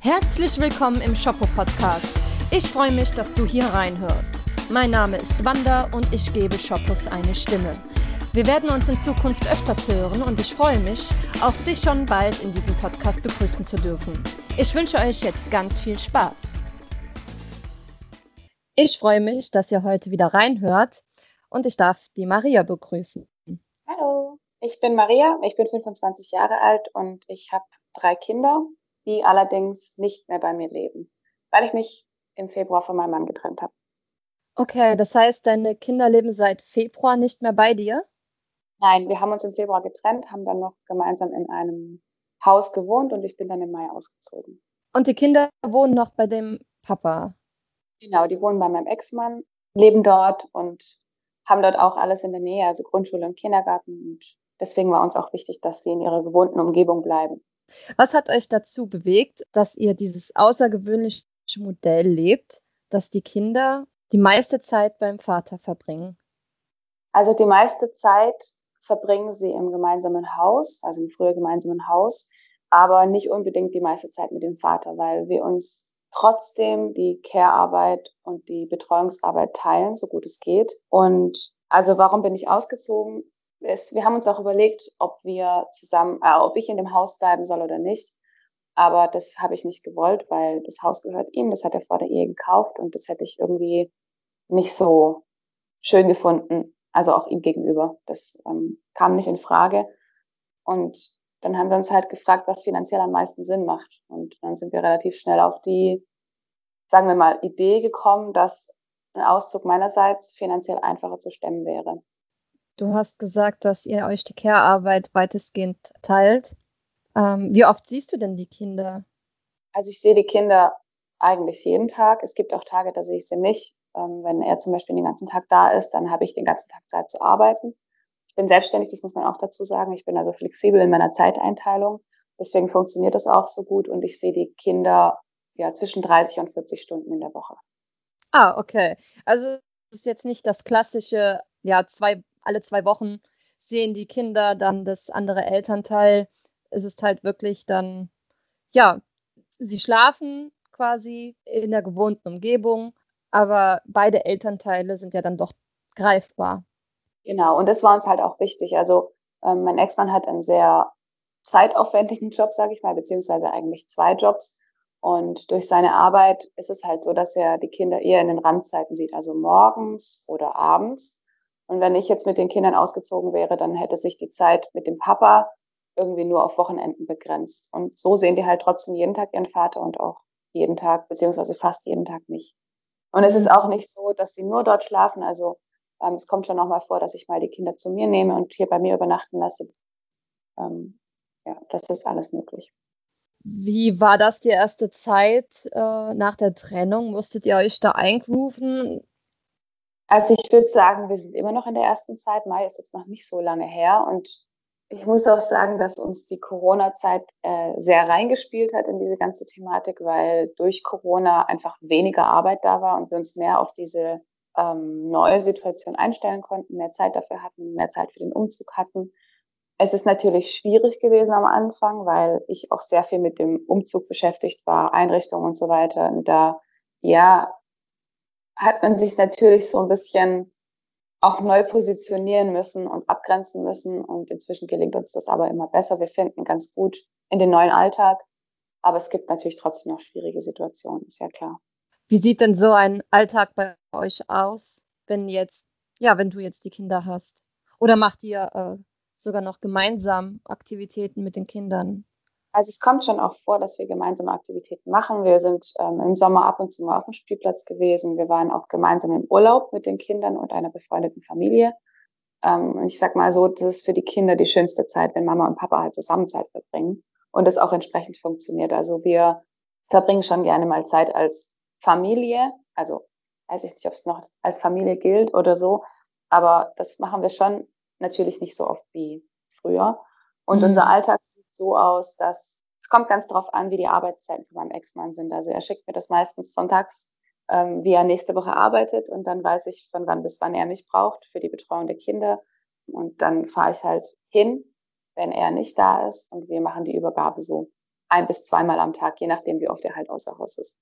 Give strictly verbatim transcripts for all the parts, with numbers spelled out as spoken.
Herzlich willkommen im Shoppo-Podcast. Ich freue mich, dass du hier reinhörst. Mein Name ist Wanda und ich gebe Shoppos eine Stimme. Wir werden uns in Zukunft öfters hören und ich freue mich, auch dich schon bald in diesem Podcast begrüßen zu dürfen. Ich wünsche euch jetzt ganz viel Spaß. Ich freue mich, dass ihr heute wieder reinhört und ich darf die Maria begrüßen. Hallo, ich bin Maria, ich bin fünfundzwanzig Jahre alt und ich habe drei Kinder, die allerdings nicht mehr bei mir leben, weil ich mich im Februar von meinem Mann getrennt habe. Okay, das heißt, deine Kinder leben seit Februar nicht mehr bei dir? Nein, wir haben uns im Februar getrennt, haben dann noch gemeinsam in einem Haus gewohnt und ich bin dann im Mai ausgezogen. Und die Kinder wohnen noch bei dem Papa? Genau, die wohnen bei meinem Ex-Mann, leben dort und haben dort auch alles in der Nähe, also Grundschule und Kindergarten. Und deswegen war uns auch wichtig, dass sie in ihrer gewohnten Umgebung bleiben. Was hat euch dazu bewegt, dass ihr dieses außergewöhnliche Modell lebt, dass die Kinder die meiste Zeit beim Vater verbringen? Also die meiste Zeit verbringen sie im gemeinsamen Haus, also im früher gemeinsamen Haus, aber nicht unbedingt die meiste Zeit mit dem Vater, weil wir uns trotzdem die Care-Arbeit und die Betreuungsarbeit teilen, so gut es geht. Und also warum bin ich ausgezogen? Es, wir haben uns auch überlegt, ob wir zusammen, äh, ob ich in dem Haus bleiben soll oder nicht. Aber das habe ich nicht gewollt, weil das Haus gehört ihm, das hat er vor der Ehe gekauft und das hätte ich irgendwie nicht so schön gefunden, also auch ihm gegenüber. Das ähm, kam nicht in Frage. Und dann haben wir uns halt gefragt, was finanziell am meisten Sinn macht. Und dann sind wir relativ schnell auf die, sagen wir mal, Idee gekommen, dass ein Auszug meinerseits finanziell einfacher zu stemmen wäre. Du hast gesagt, dass ihr euch die Care-Arbeit weitestgehend teilt. Ähm, wie oft siehst du denn die Kinder? Also ich sehe die Kinder eigentlich jeden Tag. Es gibt auch Tage, da sehe ich sie nicht. Ähm, wenn er zum Beispiel den ganzen Tag da ist, dann habe ich den ganzen Tag Zeit zu arbeiten. Ich bin selbstständig, das muss man auch dazu sagen. Ich bin also flexibel in meiner Zeiteinteilung. Deswegen funktioniert das auch so gut und ich sehe die Kinder ja zwischen dreißig und vierzig Stunden in der Woche. Ah, okay. Also es ist jetzt nicht das klassische, ja, zwei, alle zwei Wochen sehen die Kinder dann das andere Elternteil. Es ist halt wirklich dann, ja, sie schlafen quasi in der gewohnten Umgebung, aber beide Elternteile sind ja dann doch greifbar. Genau, und das war uns halt auch wichtig. Also ähm, mein Ex-Mann hat einen sehr zeitaufwendigen Job, sage ich mal, beziehungsweise eigentlich zwei Jobs. Und durch seine Arbeit ist es halt so, dass er die Kinder eher in den Randzeiten sieht, also morgens oder abends. Und wenn ich jetzt mit den Kindern ausgezogen wäre, dann hätte sich die Zeit mit dem Papa irgendwie nur auf Wochenenden begrenzt. Und so sehen die halt trotzdem jeden Tag ihren Vater und auch jeden Tag, beziehungsweise fast jeden Tag nicht. Und es ist auch nicht so, dass sie nur dort schlafen. Also ähm, es kommt schon auch mal vor, dass ich mal die Kinder zu mir nehme und hier bei mir übernachten lasse. Ähm, ja, das ist alles möglich. Wie war das die erste Zeit äh, nach der Trennung? Musstet ihr euch da eingrooven? Also ich würde sagen, wir sind immer noch in der ersten Zeit. Mai ist jetzt noch nicht so lange her. Und ich muss auch sagen, dass uns die Corona-Zeit äh, sehr reingespielt hat in diese ganze Thematik, weil durch Corona einfach weniger Arbeit da war und wir uns mehr auf diese ähm, neue Situation einstellen konnten, mehr Zeit dafür hatten, mehr Zeit für den Umzug hatten. Es ist natürlich schwierig gewesen am Anfang, weil ich auch sehr viel mit dem Umzug beschäftigt war, Einrichtungen und so weiter. Und da, ja, hat man sich natürlich so ein bisschen auch neu positionieren müssen und abgrenzen müssen. Und inzwischen gelingt uns das aber immer besser. Wir finden ganz gut in den neuen Alltag. Aber es gibt natürlich trotzdem noch schwierige Situationen, ist ja klar. Wie sieht denn so ein Alltag bei euch aus, wenn jetzt, ja, wenn du jetzt die Kinder hast? Oder macht ihr äh, sogar noch gemeinsam Aktivitäten mit den Kindern? Also es kommt schon auch vor, dass wir gemeinsame Aktivitäten machen. Wir sind ähm, im Sommer ab und zu mal auf dem Spielplatz gewesen. Wir waren auch gemeinsam im Urlaub mit den Kindern und einer befreundeten Familie. Ähm, und ich sag mal so, das ist für die Kinder die schönste Zeit, wenn Mama und Papa halt zusammen Zeit verbringen und das auch entsprechend funktioniert. Also wir verbringen schon gerne mal Zeit als Familie. Also weiß ich nicht, ob es noch als Familie gilt oder so, aber das machen wir schon natürlich nicht so oft wie früher. Und Mhm. unser Alltag sieht so aus, dass es kommt ganz drauf an, wie die Arbeitszeiten von meinem Ex-Mann sind. Also er schickt mir das meistens sonntags, ähm, wie er nächste Woche arbeitet und dann weiß ich, von wann bis wann er mich braucht für die Betreuung der Kinder. Und dann fahre ich halt hin, wenn er nicht da ist und wir machen die Übergabe so. ein bis zweimal am Tag, je nachdem, wie oft er halt außer Haus ist.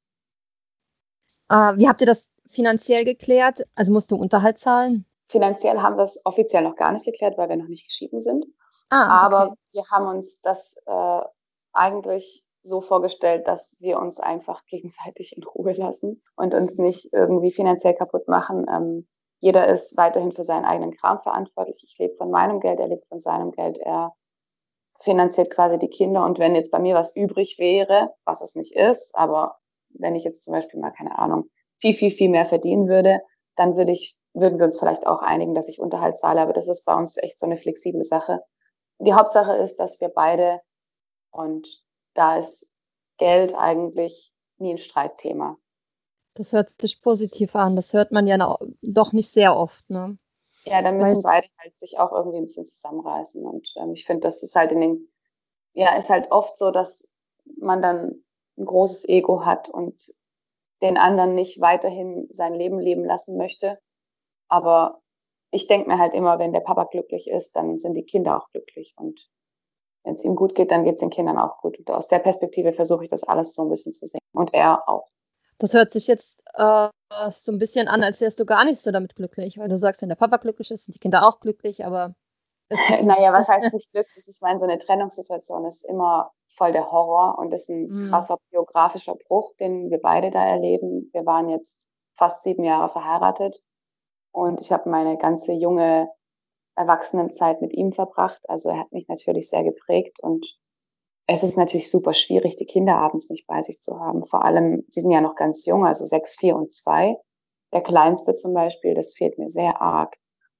Äh, wie habt ihr das finanziell geklärt? Also musst du Unterhalt zahlen? Finanziell haben wir es offiziell noch gar nicht geklärt, weil wir noch nicht geschieden sind. Ah, Aber okay. wir haben uns das äh, eigentlich so vorgestellt, dass wir uns einfach gegenseitig in Ruhe lassen und uns nicht irgendwie finanziell kaputt machen. Ähm, jeder ist weiterhin für seinen eigenen Kram verantwortlich. Ich lebe von meinem Geld, er lebt von seinem Geld. Er finanziert quasi die Kinder. Und wenn jetzt bei mir was übrig wäre, was es nicht ist, aber wenn ich jetzt zum Beispiel mal, keine Ahnung, viel, viel, viel mehr verdienen würde, dann würde ich, würden wir uns vielleicht auch einigen, dass ich Unterhalt zahle. Aber das ist bei uns echt so eine flexible Sache. Die Hauptsache ist, dass wir beide, und da ist Geld eigentlich nie ein Streitthema. Das hört sich positiv an. Das hört man ja noch, doch nicht sehr oft, ne? Ja, da müssen Weißt, beide halt sich auch irgendwie ein bisschen zusammenreißen. Und ähm, ich finde, das ist halt in den, ja, ist halt oft so, dass man dann ein großes Ego hat und den anderen nicht weiterhin sein Leben leben lassen möchte. Aber ich denke mir halt immer, wenn der Papa glücklich ist, dann sind die Kinder auch glücklich. Und wenn es ihm gut geht, dann geht es den Kindern auch gut. Und aus der Perspektive versuche ich das alles so ein bisschen zu sehen. Und er auch. das hört sich jetzt äh, so ein bisschen an, als wärst du gar nicht so damit glücklich, weil du sagst, wenn der Papa glücklich ist, sind die Kinder auch glücklich, aber es ist Naja, nicht. was heißt nicht glücklich? Ich meine, so eine Trennungssituation ist immer voll der Horror und ist ein Mm, krasser biografischer Bruch, den wir beide da erleben. Wir waren jetzt fast sieben Jahre verheiratet und ich habe meine ganze junge Erwachsenenzeit mit ihm verbracht. Also er hat mich natürlich sehr geprägt und es ist natürlich super schwierig, die Kinder abends nicht bei sich zu haben. Vor allem, sie sind ja noch ganz jung, also sechs, vier und zwei. Der Kleinste zum Beispiel, das fehlt mir sehr arg.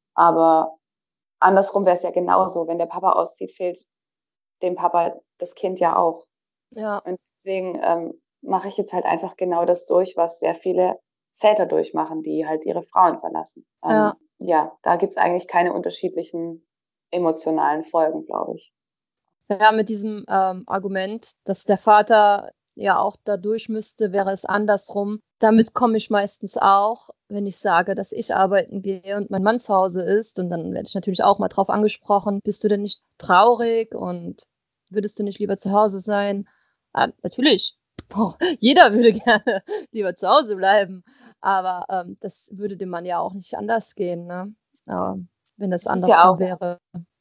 Aber andersrum wäre es ja genauso. Wenn der Papa auszieht, fehlt dem Papa das Kind ja auch. ja, Und deswegen ähm, mache ich jetzt halt einfach genau das durch, was sehr viele Väter durchmachen, die halt ihre Frauen verlassen. ja. Ähm, ja, da gibt's eigentlich keine unterschiedlichen emotionalen Folgen, glaube ich. Ja, mit diesem ähm, Argument, dass der Vater ja auch da durch müsste, wäre es andersrum. Damit komme ich meistens auch, wenn ich sage, dass ich arbeiten gehe und mein Mann zu Hause ist. Und dann werde ich natürlich auch mal drauf angesprochen, bist du denn nicht traurig und würdest du nicht lieber zu Hause sein? Ah, natürlich. Oh, jeder würde gerne lieber zu Hause bleiben. Aber ähm, das würde dem Mann ja auch nicht anders gehen, ne? Aber wenn das Es ist ja andersrum auch, wäre.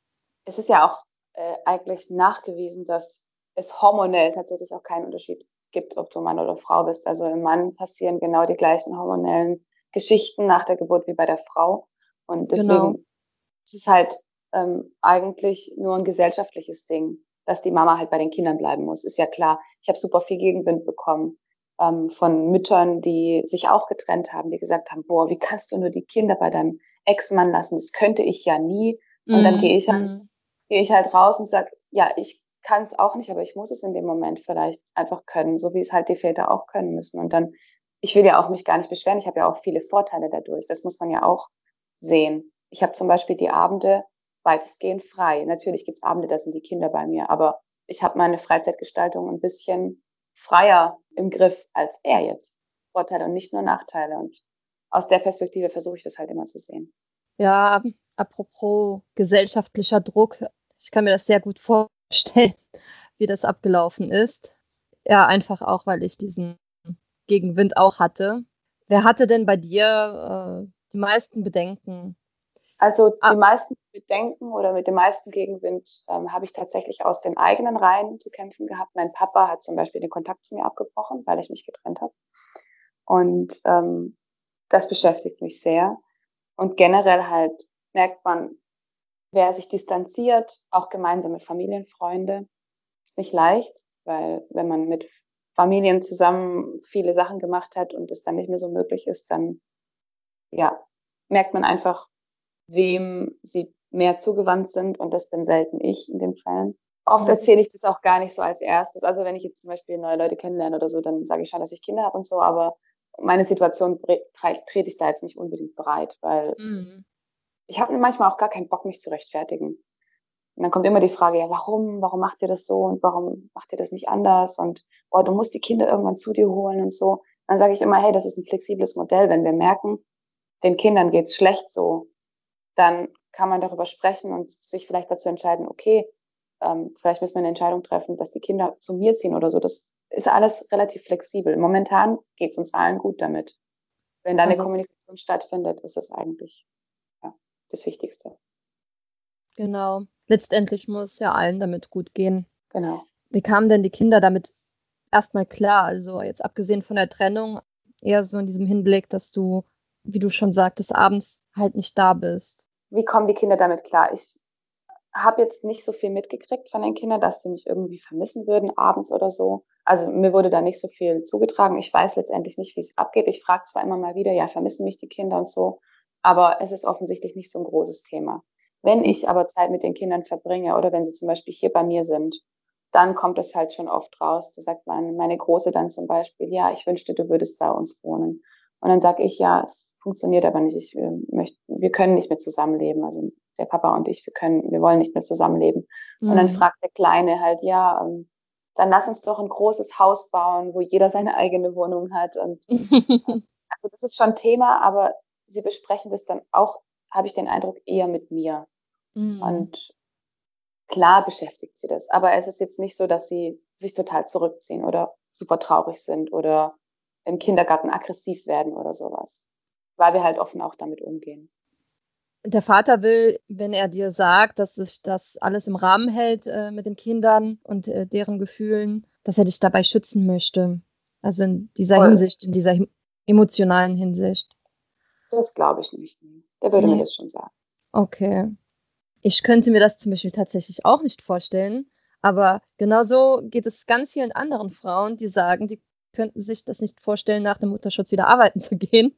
es ist ja auch äh, eigentlich nachgewiesen, dass es hormonell tatsächlich auch keinen Unterschied gibt, ob du Mann oder Frau bist. Also im Mann passieren genau die gleichen hormonellen Geschichten nach der Geburt wie bei der Frau. Und Genau. deswegen es ist halt ähm, eigentlich nur ein gesellschaftliches Ding, dass die Mama halt bei den Kindern bleiben muss. Ist ja klar. Ich habe super viel Gegenwind bekommen ähm, von Müttern, die sich auch getrennt haben, die gesagt haben, boah, wie kannst du nur die Kinder bei deinem Ex-Mann lassen? Das könnte ich ja nie. Und dann Mhm. gehe ich halt, Mhm. gehe ich halt raus und sage, ja, ich kann es auch nicht, aber ich muss es in dem Moment vielleicht einfach können, so wie es halt die Väter auch können müssen. Und dann, ich will ja auch mich gar nicht beschweren. Ich habe ja auch viele Vorteile dadurch. Das muss man ja auch sehen. Ich habe zum Beispiel die Abende weitestgehend frei. Natürlich gibt es Abende, da sind die Kinder bei mir, aber ich habe meine Freizeitgestaltung ein bisschen freier im Griff als er jetzt. Vorteile und nicht nur Nachteile. Und aus der Perspektive versuche ich das halt immer zu sehen. Ja, apropos gesellschaftlicher Druck, ich kann mir das sehr gut vorstellen, wie das abgelaufen ist. Ja, einfach auch, weil ich diesen Gegenwind auch hatte. Wer hatte denn bei dir äh, die meisten Bedenken? Also die Ah, meisten Bedenken oder mit dem meisten Gegenwind ähm, habe ich tatsächlich aus den eigenen Reihen zu kämpfen gehabt. Mein Papa hat zum Beispiel den Kontakt zu mir abgebrochen, weil ich mich getrennt habe. Und ähm, das beschäftigt mich sehr. Und generell halt merkt man, wer sich distanziert, auch gemeinsame Familienfreunde, ist nicht leicht, weil wenn man mit Familien zusammen viele Sachen gemacht hat und es dann nicht mehr so möglich ist, dann ja, merkt man einfach, wem sie mehr zugewandt sind und das bin selten ich in den Fällen. Oft das ist, erzähle ich das auch gar nicht so als erstes. Also wenn ich jetzt zum Beispiel neue Leute kennenlerne oder so, dann sage ich schon, dass ich Kinder habe und so, aber meine Situation trete ich da jetzt nicht unbedingt breit, weil mm, ich habe manchmal auch gar keinen Bock, mich zu rechtfertigen. Und dann kommt immer die Frage, ja, warum? Warum macht ihr das so und warum macht ihr das nicht anders? Und oh, du musst die Kinder irgendwann zu dir holen und so. Dann sage ich immer, hey, das ist ein flexibles Modell. Wenn wir merken, den Kindern geht's schlecht so, dann kann man darüber sprechen und sich vielleicht dazu entscheiden, okay, ähm, vielleicht müssen wir eine Entscheidung treffen, dass die Kinder zu mir ziehen oder so. Das ist alles relativ flexibel. Momentan geht es uns allen gut damit. Wenn da eine Und das, Kommunikation stattfindet, ist es eigentlich ja, das Wichtigste. genau. Letztendlich muss ja allen damit gut gehen. Genau. Wie kamen denn die Kinder damit erstmal klar? Also jetzt abgesehen von der Trennung, eher so in diesem Hinblick, dass du, wie du schon sagtest, abends halt nicht da bist. Wie kommen die Kinder damit klar? Ich habe jetzt nicht so viel mitgekriegt von den Kindern, dass sie mich irgendwie vermissen würden abends oder so. Also mir wurde da nicht so viel zugetragen. Ich weiß letztendlich nicht, wie es abgeht. Ich frage zwar immer mal wieder, ja, vermissen mich die Kinder und so, aber es ist offensichtlich nicht so ein großes Thema. Wenn ich aber Zeit mit den Kindern verbringe oder wenn sie zum Beispiel hier bei mir sind, dann kommt es halt schon oft raus. Da sagt man, meine Große dann zum Beispiel, ja, ich wünschte, du würdest bei uns wohnen. Und dann sage ich, ja, es funktioniert aber nicht. Ich äh, möchte, wir können nicht mehr zusammenleben. Also der Papa und ich, wir können, wir wollen nicht mehr zusammenleben. Und dann Mhm. fragt der Kleine halt, ja, ähm, dann lass uns doch ein großes Haus bauen, wo jeder seine eigene Wohnung hat. Und also das ist schon Thema, aber sie besprechen das dann auch, habe ich den Eindruck, eher mit mir. Mhm. Und klar beschäftigt sie das, aber es ist jetzt nicht so, dass sie sich total zurückziehen oder super traurig sind oder im Kindergarten aggressiv werden oder sowas, weil wir halt offen auch damit umgehen. Der Vater will, wenn er dir sagt, dass sich das alles im Rahmen hält, äh, mit den Kindern und, äh, deren Gefühlen, dass er dich dabei schützen möchte. Also, in dieser Voll. Hinsicht, in dieser hem emotionalen Hinsicht. Das glaube ich nicht. Ne. Der würde mir Ne, das schon sagen. okay. Ich könnte mir das zum Beispiel tatsächlich auch nicht vorstellen, aber genauso geht es ganz vielen anderen Frauen, die sagen, die könnten sich das nicht vorstellen, nach dem Mutterschutz wieder arbeiten zu gehen.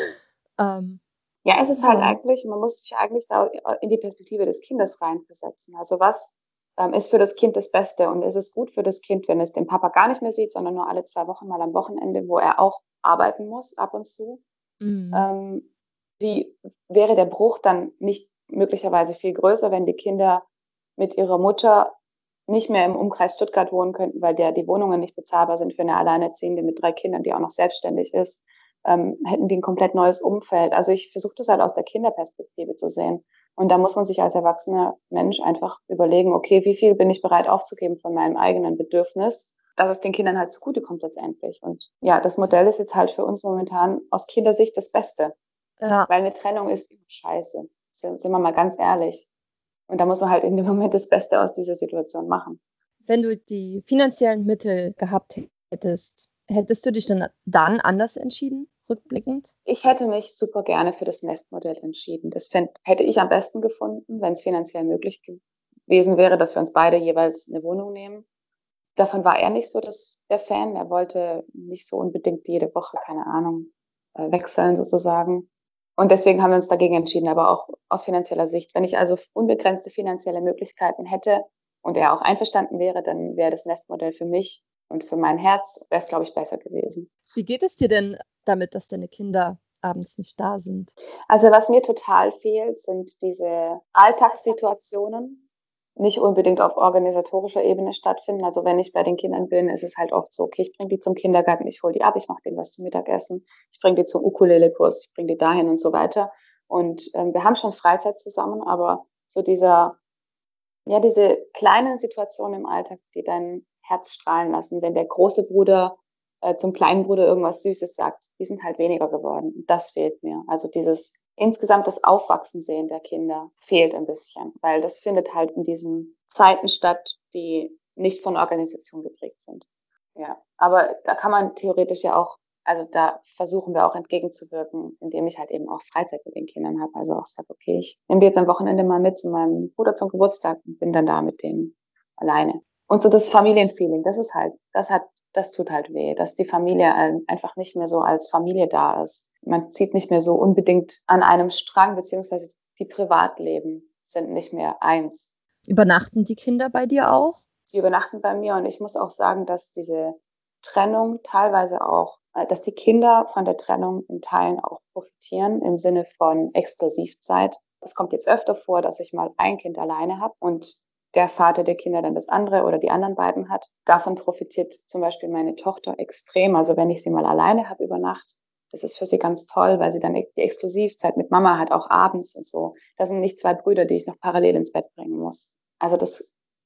Ähm, Ja, es ist halt ja. eigentlich, man muss sich eigentlich da in die Perspektive des Kindes reinversetzen. Also was ähm, ist für das Kind das Beste und ist es gut für das Kind, wenn es den Papa gar nicht mehr sieht, sondern nur alle zwei Wochen mal am Wochenende, wo er auch arbeiten muss ab und zu? Mhm. Ähm, wie wäre der Bruch dann nicht möglicherweise viel größer, wenn die Kinder mit ihrer Mutter nicht mehr im Umkreis Stuttgart wohnen könnten, weil der die Wohnungen nicht bezahlbar sind für eine Alleinerziehende mit drei Kindern, die auch noch selbstständig ist, ähm, hätten die ein komplett neues Umfeld. Also ich versuche das halt aus der Kinderperspektive zu sehen. Und da muss man sich als erwachsener Mensch einfach überlegen, okay, wie viel bin ich bereit aufzugeben von meinem eigenen Bedürfnis, dass es den Kindern halt zugutekommt letztendlich. Und ja, das Modell ist jetzt halt für uns momentan aus Kindersicht das Beste, Ja. weil eine Trennung ist immer scheiße. Sind, sind wir mal ganz ehrlich. Und da muss man halt in dem Moment das Beste aus dieser Situation machen. Wenn du die finanziellen Mittel gehabt hättest, hättest du dich denn dann anders entschieden, rückblickend? Ich hätte mich super gerne für das Nestmodell entschieden. Das fänd, hätte ich am besten gefunden, wenn es finanziell möglich gewesen wäre, dass wir uns beide jeweils eine Wohnung nehmen. Davon war er nicht so das, der Fan. Er wollte nicht so unbedingt jede Woche, keine Ahnung, äh, wechseln sozusagen. Und deswegen haben wir uns dagegen entschieden, aber auch aus finanzieller Sicht. Wenn ich also unbegrenzte finanzielle Möglichkeiten hätte und er auch einverstanden wäre, dann wäre das Nestmodell für mich und für mein Herz, wäre es, glaube ich, besser gewesen. Wie geht es dir denn damit, dass deine Kinder abends nicht da sind? Also was mir total fehlt, sind diese Alltagssituationen, nicht unbedingt auf organisatorischer Ebene stattfinden. Also wenn ich bei den Kindern bin, ist es halt oft so, okay, ich bringe die zum Kindergarten, ich hole die ab, ich mache denen was zum Mittagessen, ich bringe die zum Ukulele-Kurs, ich bringe die dahin und so weiter. Und ähm, wir haben schon Freizeit zusammen, aber so dieser, ja, diese kleinen Situationen im Alltag, die dein Herz strahlen lassen, wenn der große Bruder äh, zum kleinen Bruder irgendwas Süßes sagt, die sind halt weniger geworden. Und das fehlt mir. Also dieses insgesamt das Aufwachsen sehen der Kinder fehlt ein bisschen, weil das findet halt in diesen Zeiten statt, die nicht von Organisation geprägt sind. Ja, aber da kann man theoretisch ja auch, also da versuchen wir auch entgegenzuwirken, indem ich halt eben auch Freizeit mit den Kindern habe. Also auch sage, okay, ich nehme die jetzt am Wochenende mal mit zu meinem Bruder zum Geburtstag und bin dann da mit denen alleine. Und so das Familienfeeling, das ist halt, das hat, das tut halt weh, dass die Familie einfach nicht mehr so als Familie da ist. Man zieht nicht mehr so unbedingt an einem Strang, beziehungsweise die Privatleben sind nicht mehr eins. Übernachten die Kinder bei dir auch? Sie übernachten bei mir und ich muss auch sagen, dass diese Trennung teilweise auch, äh, dass die Kinder von der Trennung in Teilen auch profitieren im Sinne von Exklusivzeit. Es kommt jetzt öfter vor, dass ich mal ein Kind alleine habe und der Vater der Kinder dann das andere oder die anderen beiden hat. Davon profitiert zum Beispiel meine Tochter extrem. Also wenn ich sie mal alleine habe über Nacht, das ist für sie ganz toll, weil sie dann die Exklusivzeit mit Mama hat, auch abends und so. Das sind nicht zwei Brüder, die ich noch parallel ins Bett bringen muss. Also das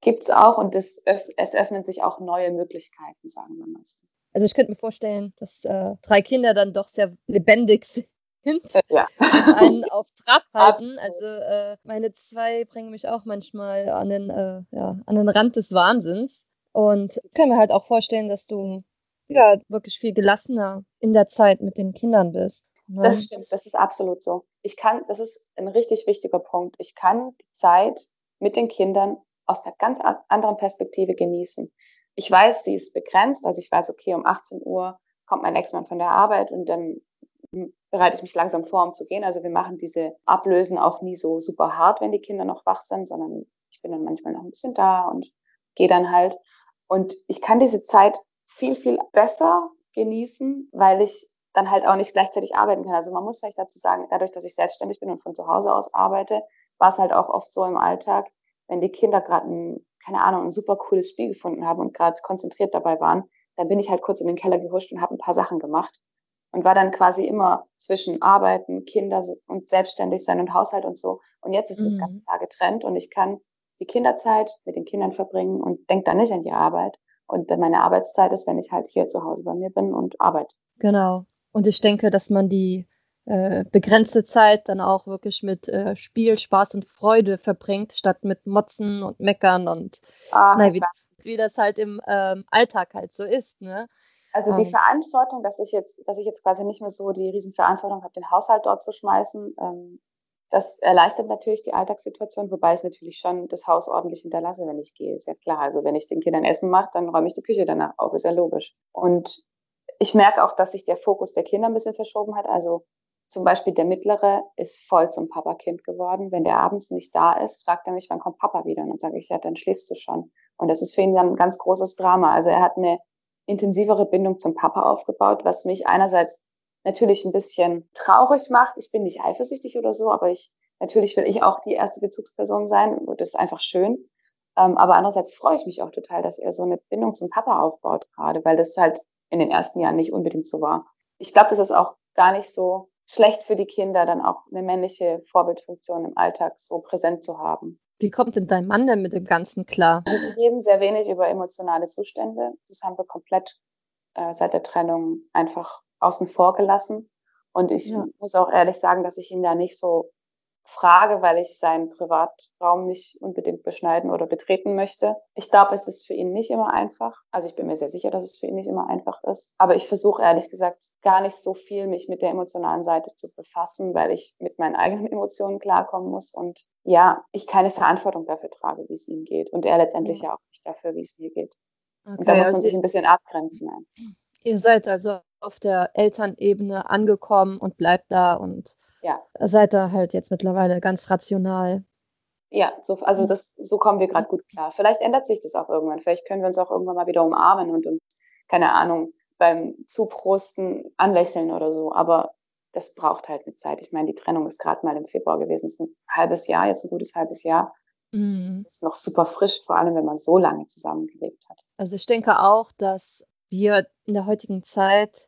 Gibt's auch und das öff- es öffnen sich auch neue Möglichkeiten, sagen wir mal so. Also ich könnte mir vorstellen, dass äh, drei Kinder dann doch sehr lebendig sind Äh, Ja. und einen auf Trab halten. Absolut. Also äh, meine zwei bringen mich auch manchmal an den, äh, ja, an den Rand des Wahnsinns. Und ich kann mir halt auch vorstellen, dass du ja wirklich viel gelassener in der Zeit mit den Kindern bist. Das Ne? stimmt, das ist absolut so. Ich kann, das ist ein richtig wichtiger Punkt. Ich kann die Zeit mit den Kindern aus einer ganz a- anderen Perspektive genießen. Ich weiß, sie ist begrenzt, also ich weiß, okay, um achtzehn Uhr kommt mein Ex-Mann von der Arbeit und dann hm, bereite ich mich langsam vor, um zu gehen. Also wir machen diese Ablösen auch nie so super hart, wenn die Kinder noch wach sind, sondern ich bin dann manchmal noch ein bisschen da und gehe dann halt. Und ich kann diese Zeit viel, viel besser genießen, weil ich dann halt auch nicht gleichzeitig arbeiten kann. Also man muss vielleicht dazu sagen, dadurch, dass ich selbstständig bin und von zu Hause aus arbeite, war es halt auch oft so im Alltag, wenn die Kinder gerade ein, keine Ahnung, ein super cooles Spiel gefunden haben und gerade konzentriert dabei waren, dann bin ich halt kurz in den Keller gehuscht und habe ein paar Sachen gemacht und war dann quasi immer zwischen Arbeiten, Kinder und selbstständig sein und Haushalt und so. Und jetzt ist das ganz Mhm. klar getrennt und ich kann die Kinderzeit mit den Kindern verbringen und denke dann nicht an die Arbeit. Und dann meine Arbeitszeit ist, wenn ich halt hier zu Hause bei mir bin und arbeite. Genau. Und ich denke, dass man die äh, begrenzte Zeit dann auch wirklich mit äh, Spiel, Spaß und Freude verbringt, statt mit Motzen und Meckern und Ah, na, ich wie, wie das halt im ähm, Alltag halt so ist, ne? Also die Ähm, Verantwortung, dass ich jetzt, dass ich jetzt quasi nicht mehr so die Riesenverantwortung habe, den Haushalt dort zu schmeißen, ähm, das erleichtert natürlich die Alltagssituation, wobei ich natürlich schon das Haus ordentlich hinterlasse, wenn ich gehe, ist ja klar. Also wenn ich den Kindern Essen mache, dann räume ich die Küche danach auf, ist ja logisch. Und ich merke auch, dass sich der Fokus der Kinder ein bisschen verschoben hat. Also zum Beispiel der Mittlere ist voll zum Papakind geworden. Wenn der abends nicht da ist, fragt er mich, wann kommt Papa wieder? Und dann sage ich, ja, dann schläfst du schon. Und das ist für ihn dann ein ganz großes Drama. Also er hat eine intensivere Bindung zum Papa aufgebaut, was mich einerseits natürlich ein bisschen traurig macht. Ich bin nicht eifersüchtig oder so, aber ich natürlich will ich auch die erste Bezugsperson sein und das ist einfach schön. Ähm, aber andererseits freue ich mich auch total, dass er so eine Bindung zum Papa aufbaut gerade, weil das halt in den ersten Jahren nicht unbedingt so war. Ich glaube, das ist auch gar nicht so schlecht für die Kinder, dann auch eine männliche Vorbildfunktion im Alltag so präsent zu haben. Wie kommt denn dein Mann denn mit dem Ganzen klar? Also wir reden sehr wenig über emotionale Zustände. Das haben wir komplett äh, seit der Trennung einfach außen vor gelassen. Und ich Ja, muss auch ehrlich sagen, dass ich ihn da nicht so frage, weil ich seinen Privatraum nicht unbedingt beschneiden oder betreten möchte. Ich glaube, es ist für ihn nicht immer einfach. Also ich bin mir sehr sicher, dass es für ihn nicht immer einfach ist. Aber ich versuche ehrlich gesagt gar nicht so viel, mich mit der emotionalen Seite zu befassen, weil ich mit meinen eigenen Emotionen klarkommen muss und ja, ich keine Verantwortung dafür trage, wie es ihm geht. Und er letztendlich ja. ja auch nicht dafür, wie es mir geht. Und da Okay, muss man also sich ein bisschen abgrenzen. ihr seid also auf der Elternebene angekommen und bleibt da und Ja, seid da halt jetzt mittlerweile ganz rational. ja, so, also das, so kommen wir gerade gut klar. Vielleicht ändert sich das auch irgendwann. Vielleicht können wir uns auch irgendwann mal wieder umarmen und uns, keine Ahnung, beim Zuprosten anlächeln oder so. Aber das braucht halt eine Zeit. Ich meine, die Trennung ist gerade mal im Februar gewesen. Es ist ein halbes Jahr, jetzt ein gutes halbes Jahr. Mhm. Das ist noch super frisch, vor allem wenn man so lange zusammengelebt hat. Also ich denke auch, dass wir in der heutigen Zeit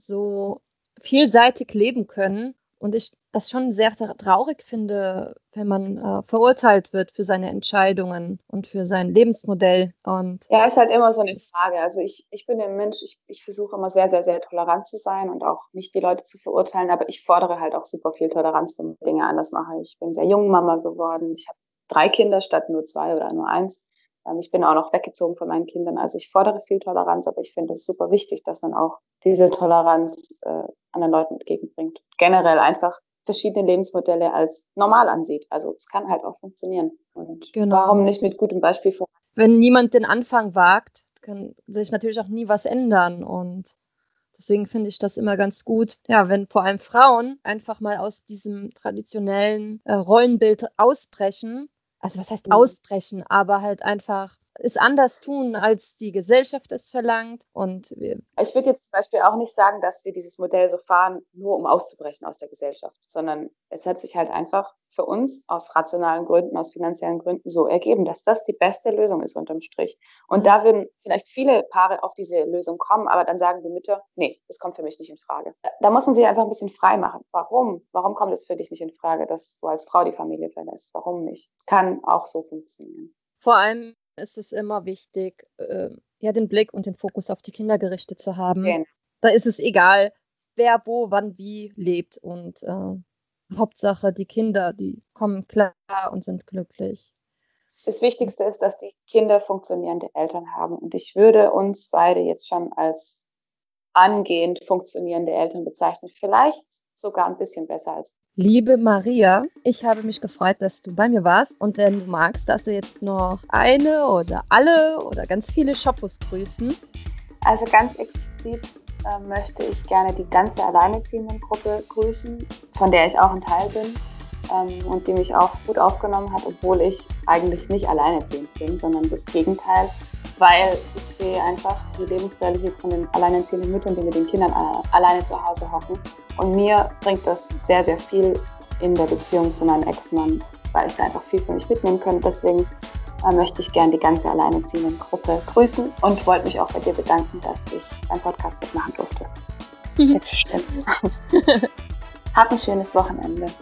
so vielseitig leben können und ich das schon sehr tra- traurig finde, wenn man äh, verurteilt wird für seine Entscheidungen und für sein Lebensmodell. Und Ja, ist halt immer so das eine ist, Frage. Also ich, ich bin ein Mensch, ich, ich versuche immer sehr, sehr, sehr tolerant zu sein und auch nicht die Leute zu verurteilen, aber ich fordere halt auch super viel Toleranz, wenn ich Dinge anders mache. Ich bin sehr jung Mama geworden. Ich habe drei Kinder statt nur zwei oder nur eins. Ähm, Ich bin auch noch weggezogen von meinen Kindern. Also ich fordere viel Toleranz, aber ich finde es super wichtig, dass man auch diese Toleranz äh, anderen Leuten entgegenbringt. Generell einfach verschiedene Lebensmodelle als normal ansieht. Also es kann halt auch funktionieren. Und warum genau. nicht mit gutem Beispiel voran? Wenn niemand den Anfang wagt, kann sich natürlich auch nie was ändern. Und deswegen finde ich das immer ganz gut, ja, wenn vor allem Frauen einfach mal aus diesem traditionellen äh, Rollenbild ausbrechen. Also was heißt ausbrechen, aber halt einfach es anders tun, als die Gesellschaft es verlangt. Und wir, Ich würde jetzt zum Beispiel auch nicht sagen, dass wir dieses Modell so fahren, nur um auszubrechen aus der Gesellschaft, sondern es hat sich halt einfach für uns aus rationalen Gründen, aus finanziellen Gründen so ergeben, dass das die beste Lösung ist unterm Strich. Und ja, da würden vielleicht viele Paare auf diese Lösung kommen, aber dann sagen die Mütter, nee, das kommt für mich nicht in Frage. Da muss man sich einfach ein bisschen frei machen. Warum? Warum kommt es für dich nicht in Frage, dass du als Frau die Familie verlässt? Warum nicht? Es kann auch so funktionieren. vor allem ist es immer wichtig, äh, ja, den Blick und den Fokus auf die Kinder gerichtet zu haben. Genau. Da ist es egal, wer wo, wann, wie lebt und äh, Hauptsache die Kinder, die kommen klar und sind glücklich. Das Wichtigste ist, dass die Kinder funktionierende Eltern haben. Und ich würde uns beide jetzt schon als angehend funktionierende Eltern bezeichnen. Vielleicht sogar ein bisschen besser als. Liebe Maria, ich habe mich gefreut, dass du bei mir warst. Und wenn du magst, darfst du jetzt noch eine oder alle oder ganz viele Shoppos grüßen. Also ganz explizit äh, möchte ich gerne die ganze Alleinerziehenden-Gruppe grüßen, von der ich auch ein Teil bin. Und die mich auch gut aufgenommen hat, obwohl ich eigentlich nicht alleinerziehend bin, sondern das Gegenteil, weil ich sehe einfach die Lebensrealität von den alleinerziehenden Müttern, die mit den Kindern alleine zu Hause hocken. Und mir bringt das sehr, sehr viel in der Beziehung zu meinem Ex-Mann, weil ich da einfach viel für mich mitnehmen kann. Deswegen äh, möchte ich gerne die ganze alleinerziehenden Gruppe grüßen und wollte mich auch bei dir bedanken, dass ich beim Podcast mitmachen durfte. Hab ein schönes Wochenende.